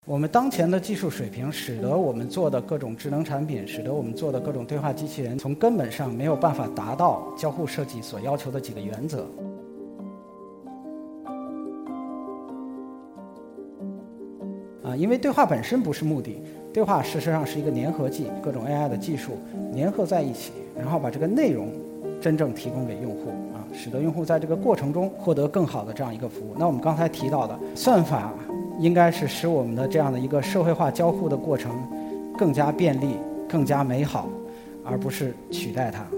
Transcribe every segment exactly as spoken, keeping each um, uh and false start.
我们当前的技术水平，使得我们做的各种智能产品，使得我们做的各种对话机器人，从根本上没有办法达到交互设计所要求的几个原则。啊，因为对话本身不是目的，对话事实上是一个粘合剂，各种 A I 的技术粘合在一起，然后把这个内容真正提供给用户啊，使得用户在这个过程中获得更好的这样一个服务。那我们刚才提到的算法，应该是使我们的这样的一个社会化交互的过程更加便利、更加美好，而不是取代它。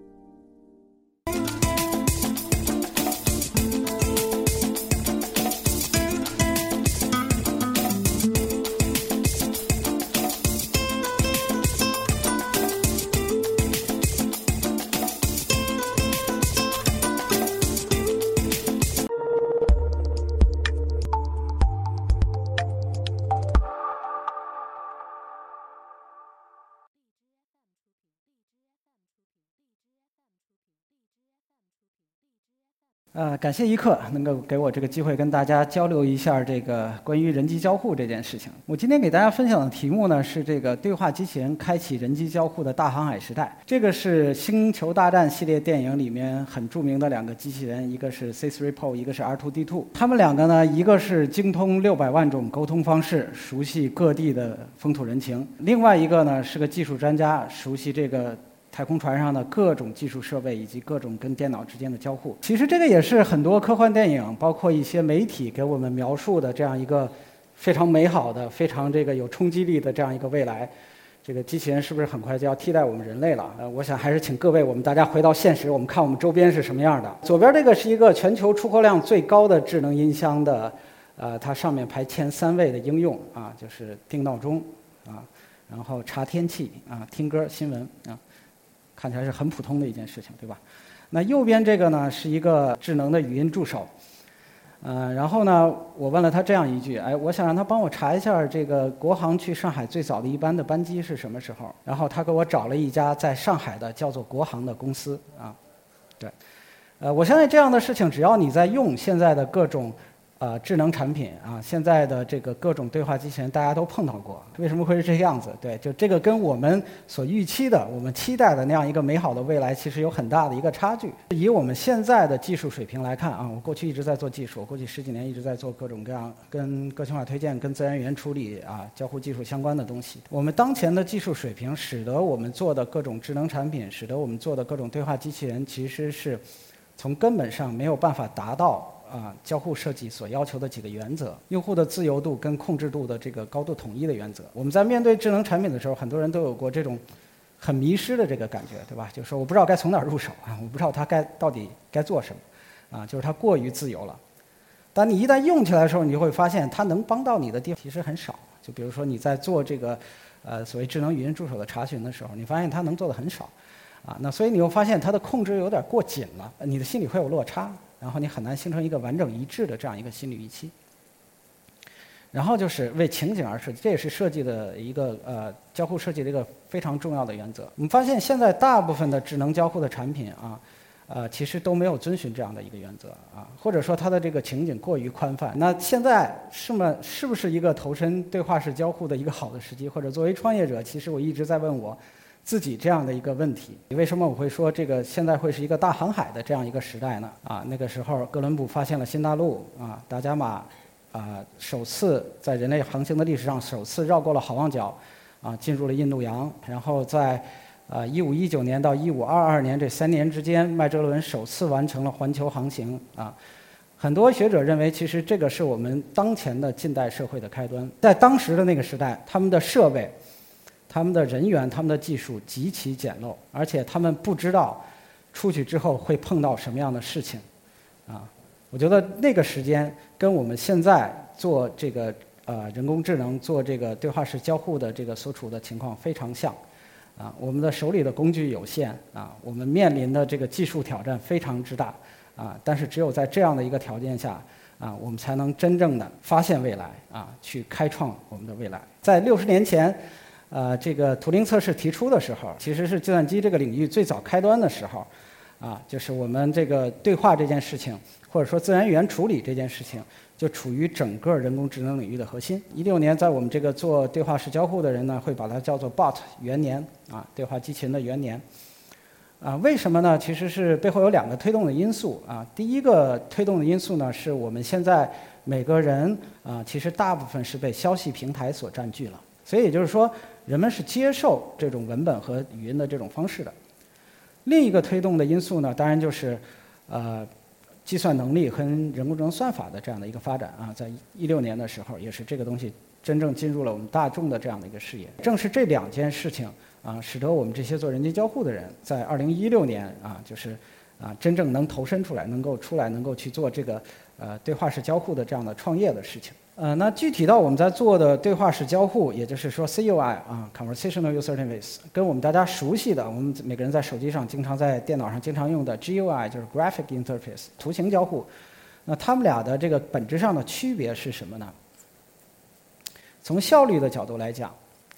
呃，感谢一刻能够给我这个机会跟大家交流一下这个关于人机交互这件事情。我今天给大家分享的题目呢是这个对话机器人开启人机交互的大航海时代。这个是《星球大战》系列电影里面很著名的两个机器人，一个是 C 三 P O， 一个是 R 二 D 二。他们两个呢，一个是精通六百万种沟通方式，熟悉各地的风土人情；另外一个呢是个技术专家，熟悉这个太空船上的各种技术设备以及各种跟电脑之间的交互。其实这个也是很多科幻电影，包括一些媒体给我们描述的这样一个非常美好的、非常这个有冲击力的这样一个未来。这个机器人是不是很快就要替代我们人类了？呃，我想还是请各位我们大家回到现实，我们看我们周边是什么样的。左边这个是一个全球出货量最高的智能音箱的，呃，它上面排前三位的应用啊，就是定闹钟啊，然后查天气啊，听歌、新闻啊。看起来是很普通的一件事情，对吧？那右边这个呢，是一个智能的语音助手，呃，然后呢，我问了他这样一句，哎，我想让他帮我查一下这个国航去上海最早的一班的班机是什么时候，然后他给我找了一家在上海的叫做国航的公司啊，对，呃，我相信这样的事情，只要你在用现在的各种呃，智能产品啊，现在的这个各种对话机器人，大家都碰到过。为什么会是这个样子？对，就这个跟我们所预期的、我们期待的那样一个美好的未来，其实有很大的一个差距。以我们现在的技术水平来看啊，我过去一直在做技术，我过去十几年一直在做各种各样跟个性化推荐、跟自然语言处理啊、交互技术相关的东西。我们当前的技术水平，使得我们做的各种智能产品，使得我们做的各种对话机器人，其实是从根本上没有办法达到啊，交互设计所要求的几个原则，用户的自由度跟控制度的这个高度统一的原则。我们在面对智能产品的时候，很多人都有过这种很迷失的这个感觉，对吧？就是说我不知道该从哪儿入手啊，我不知道它该到底该做什么，啊，就是它过于自由了。但你一旦用起来的时候，你就会发现它能帮到你的地方其实很少。就比如说你在做这个呃所谓智能语音助手的查询的时候，你发现它能做的很少，啊，那所以你又发现它的控制有点过紧了，你的心里会有落差。然后你很难形成一个完整一致的这样一个心理预期。然后就是为情景而设计，这也是设计的一个呃交互设计的一个非常重要的原则。我们发现现在大部分的智能交互的产品啊，呃其实都没有遵循这样的一个原则啊，或者说它的这个情景过于宽泛。那现在是吗？是不是一个投身对话式交互的一个好的时机？或者作为创业者，其实我一直在问我自己这样的一个问题：为什么我会说这个现在会是一个大航海的这样一个时代呢？啊，那个时候哥伦布发现了新大陆啊，达伽马啊首次在人类航行的历史上首次绕过了好望角，啊进入了印度洋，然后在呃一五一九年到一五二二年这三年之间，麦哲伦首次完成了环球航行啊。很多学者认为，其实这个是我们当前的近代社会的开端。在当时的那个时代，他们的设备、他们的人员、他们的技术极其简陋，而且他们不知道出去之后会碰到什么样的事情，啊，我觉得那个时间跟我们现在做这个呃人工智能、做这个对话式交互的这个所处的情况非常像，啊，我们的手里的工具有限，啊，我们面临的这个技术挑战非常之大，啊，但是只有在这样的一个条件下，啊，我们才能真正的发现未来，啊，去开创我们的未来。在六十年前。呃，这个图灵测试提出的时候，其实是计算机这个领域最早开端的时候，啊，就是我们这个对话这件事情，或者说自然语言处理这件事情， 就处于整个人工智能领域的核心。一六年，在我们这个做对话式交互的人呢，会把它叫做 bot 元年啊，对话机器人的元年。啊，为什么呢？其实是背后有两个推动的因素啊。第一个推动的因素呢，是我们现在每个人啊，其实大部分是被消息平台所占据了，所以也就是说，人们是接受这种文本和语音的这种方式的。另一个推动的因素呢，当然就是呃。计算能力和人工智能算法的这样的一个发展啊，在一六年的时候，也是这个东西真正进入了我们大众的这样的一个视野。正是这两件事情啊，使得我们这些做人机交互的人，在二零一六年啊，就是啊真正能投身出来，能够出来，能够去做这个呃对话式交互的这样的创业的事情。呃，那具体到我们在做的对话式交互，也就是说 C U I 啊 ，Conversational User Interface， 跟我们大家熟悉的，我们每个人在手机上经常在电脑上经常用的 G U I， 就是 Graphic Interface， 图形交互。那它们俩的这个本质上的区别是什么呢？从效率的角度来讲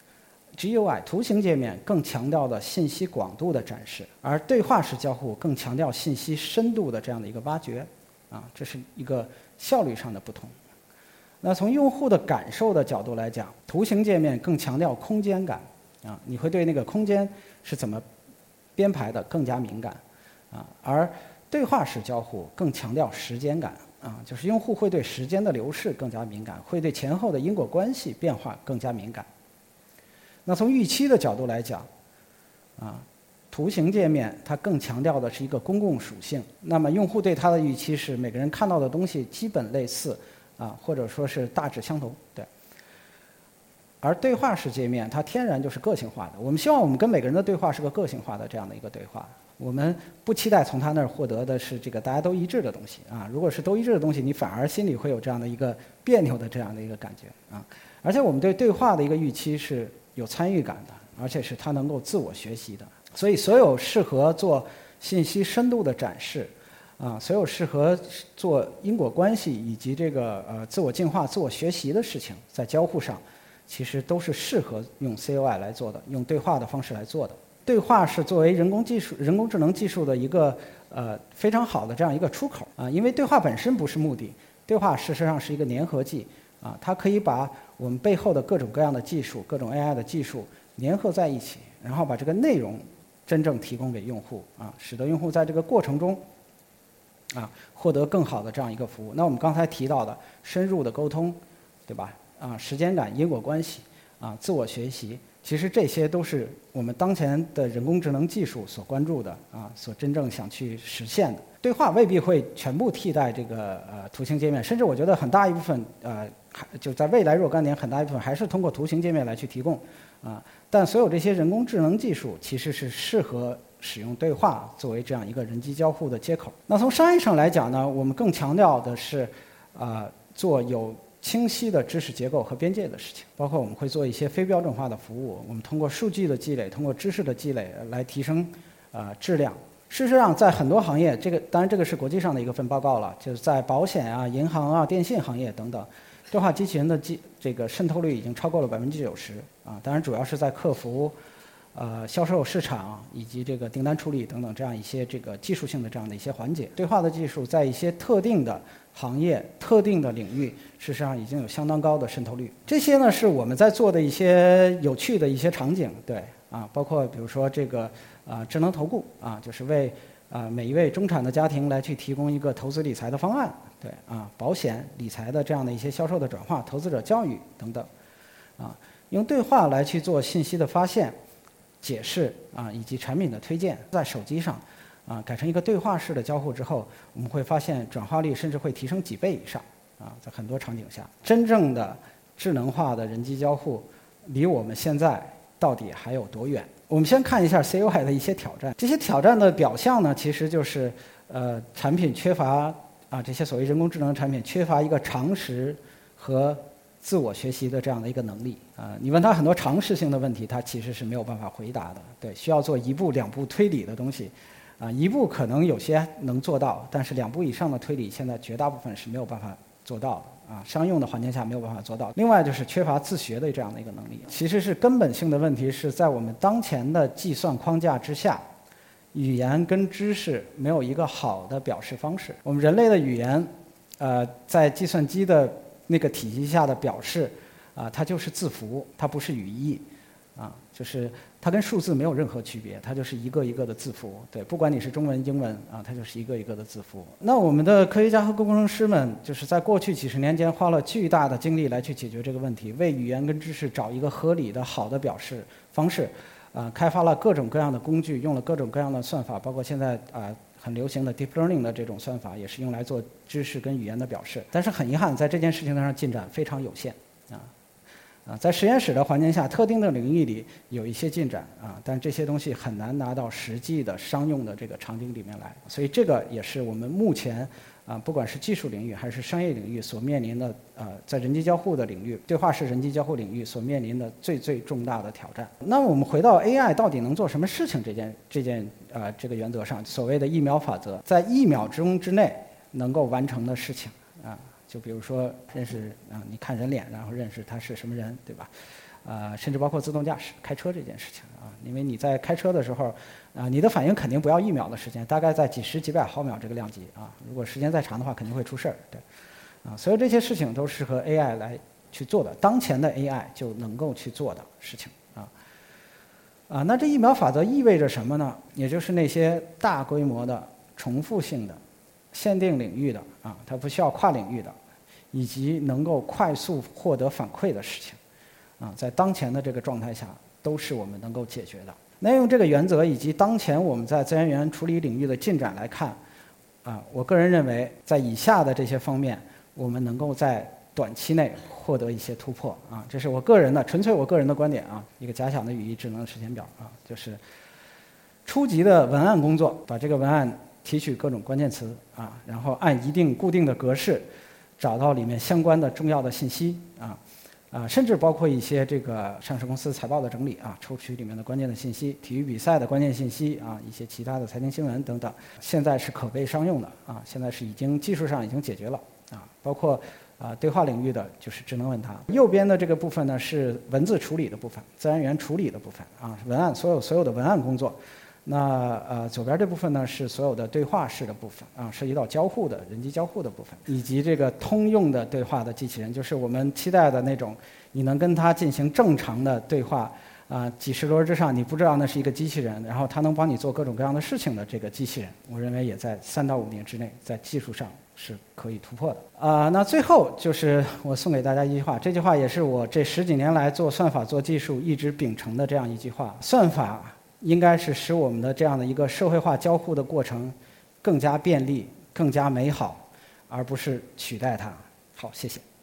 ，G U I 图形界面更强调的信息广度的展示，而对话式交互更强调信息深度的这样的一个挖掘，啊，这是一个效率上的不同。那从用户的感受的角度来讲，图形界面更强调空间感，啊，你会对那个空间是怎么编排的更加敏感，啊，而对话式交互更强调时间感，啊，就是用户会对时间的流逝更加敏感，会对前后的因果关系变化更加敏感。那从预期的角度来讲，啊，图形界面它更强调的是一个公共属性，那么用户对它的预期是每个人看到的东西基本类似。啊，或者说是大致相同，对。而对话式界面它天然就是个性化的，我们希望我们跟每个人的对话是个个性化的这样的一个对话，我们不期待从他那儿获得的是这个大家都一致的东西啊。如果是都一致的东西，你反而心里会有这样的一个别扭的这样的一个感觉啊。而且我们对对话的一个预期是有参与感的，而且是它能够自我学习的。所以，所有适合做信息深度的展示。啊，所有适合做因果关系以及这个呃自我进化、自我学习的事情，在交互上，其实都是适合用 C U I 来做的，用对话的方式来做的。对话是作为人工技术、人工智能技术的一个呃非常好的这样一个出口啊，因为对话本身不是目的，对话事实上是一个粘合剂啊，它可以把我们背后的各种各样的技术、各种 A I 的技术粘合在一起，然后把这个内容真正提供给用户啊，使得用户在这个过程中。啊，获得更好的这样一个服务。那我们刚才提到的深入的沟通，对吧？啊，时间感、因果关系，啊，自我学习，其实这些都是我们当前的人工智能技术所关注的啊，所真正想去实现的。对话未必会全部替代这个呃图形界面，甚至我觉得很大一部分呃，就在未来若干年，很大一部分还是通过图形界面来去提供啊。但所有这些人工智能技术其实是适合。使用对话作为这样一个人机交互的接口。那从商业上来讲呢，我们更强调的是，啊、呃，做有清晰的知识结构和边界的事情。包括我们会做一些非标准化的服务，我们通过数据的积累，通过知识的积累来提升啊、呃、质量。事实上，在很多行业，这个当然这个是国际上的一个份报告了，就是在保险啊、银行啊、电信行业等等，对话机器人的机这个渗透率已经超过了百分之九十啊。当然，主要是在客服。呃，销售市场以及这个订单处理等等这样一些这个技术性的这样的一些环节，对话的技术在一些特定的行业、特定的领域，事实上已经有相当高的渗透率。这些呢是我们在做的一些有趣的一些场景，对啊，包括比如说这个啊、呃、智能投顾啊，就是为啊、呃、每一位中产的家庭来去提供一个投资理财的方案，对啊，保险理财的这样的一些销售的转化、投资者教育等等，啊，用对话来去做信息的发现。解释啊，以及产品的推荐，在手机上啊改成一个对话式的交互之后，我们会发现转化率甚至会提升几倍以上啊，在很多场景下，真正的智能化的人机交互离我们现在到底还有多远？我们先看一下 C U I 的一些挑战，这些挑战的表象呢，其实就是呃产品缺乏啊这些所谓人工智能产品缺乏一个常识和自我学习的这样的一个能力啊、呃，你问他很多常识性的问题，他其实是没有办法回答的。对，需要做一步、两步推理的东西，啊、呃，一步可能有些能做到，但是两步以上的推理，现在绝大部分是没有办法做到的啊，商用的环境下没有办法做到。另外就是缺乏自学的这样的一个能力，其实是根本性的问题是在我们当前的计算框架之下，语言跟知识没有一个好的表示方式。我们人类的语言呃，在计算机的那个体系下的表示，啊，它就是字符，它不是语义，啊，就是它跟数字没有任何区别，它就是一个一个的字符。对，不管你是中文、英文，啊，它就是一个一个的字符。那我们的科学家和工程师们，就是在过去几十年间花了巨大的精力来去解决这个问题，为语言跟知识找一个合理的、好的表示方式，啊，开发了各种各样的工具，用了各种各样的算法，包括现在啊。很流行的 deep learning 的这种算法，也是用来做知识跟语言的表示。但是很遗憾，在这件事情上进展非常有限，啊，啊，在实验室的环境下，特定的领域里有一些进展，啊，但这些东西很难拿到实际的商用的这个场景里面来。所以这个也是我们目前啊，不管是技术领域还是商业领域所面临的啊，在人机交互的领域，对话式人机交互领域所面临的最最重大的挑战。那么我们回到 A I 到底能做什么事情这件这件啊这个原则上，所谓的一秒法则，在一秒钟之内能够完成的事情啊，就比如说认识啊，你看人脸，然后认识他是什么人，对吧？啊，甚至包括自动驾驶开车这件事情啊，因为你在开车的时候，啊，你的反应肯定不要一秒的时间，大概在几十几百毫秒这个量级啊，如果时间再长的话，肯定会出事儿，对，啊，所有这些事情都适合 A I 来去做的，当前的 A I 就能够去做的事情啊，啊，那这一秒法则意味着什么呢？也就是那些大规模的、重复性的、限定领域的啊，它不需要跨领域的，以及能够快速获得反馈的事情。啊，在当前的这个状态下，都是我们能够解决的。那用这个原则以及当前我们在自然语言处理领域的进展来看，啊，我个人认为，在以下的这些方面，我们能够在短期内获得一些突破。啊，这是我个人的，纯粹我个人的观点啊，一个假想的语义智能时间表啊，就是初级的文案工作，把这个文案提取各种关键词啊，然后按一定固定的格式，找到里面相关的重要的信息啊。啊，甚至包括一些这个上市公司财报的整理啊，抽取里面的关键的信息，体育比赛的关键信息啊，一些其他的财经新闻等等，现在是可被商用的啊，现在是已经技术上已经解决了啊，包括啊对话领域的就是智能问答。右边的这个部分呢是文字处理的部分，自然语言处理的部分啊，文案所有所有的文案工作。那呃左边这部分呢是所有的对话式的部分啊，涉及到交互的人机交互的部分，以及这个通用的对话的机器人，就是我们期待的那种你能跟它进行正常的对话啊，几十轮之上你不知道那是一个机器人，然后它能帮你做各种各样的事情的这个机器人，我认为也在三到五年之内在技术上是可以突破的啊。那最后就是我送给大家一句话，这句话也是我这十几年来做算法做技术一直秉承的这样一句话：算法应该是使我们的这样的一个社会化交互的过程更加便利、更加美好，而不是取代它。好，谢谢。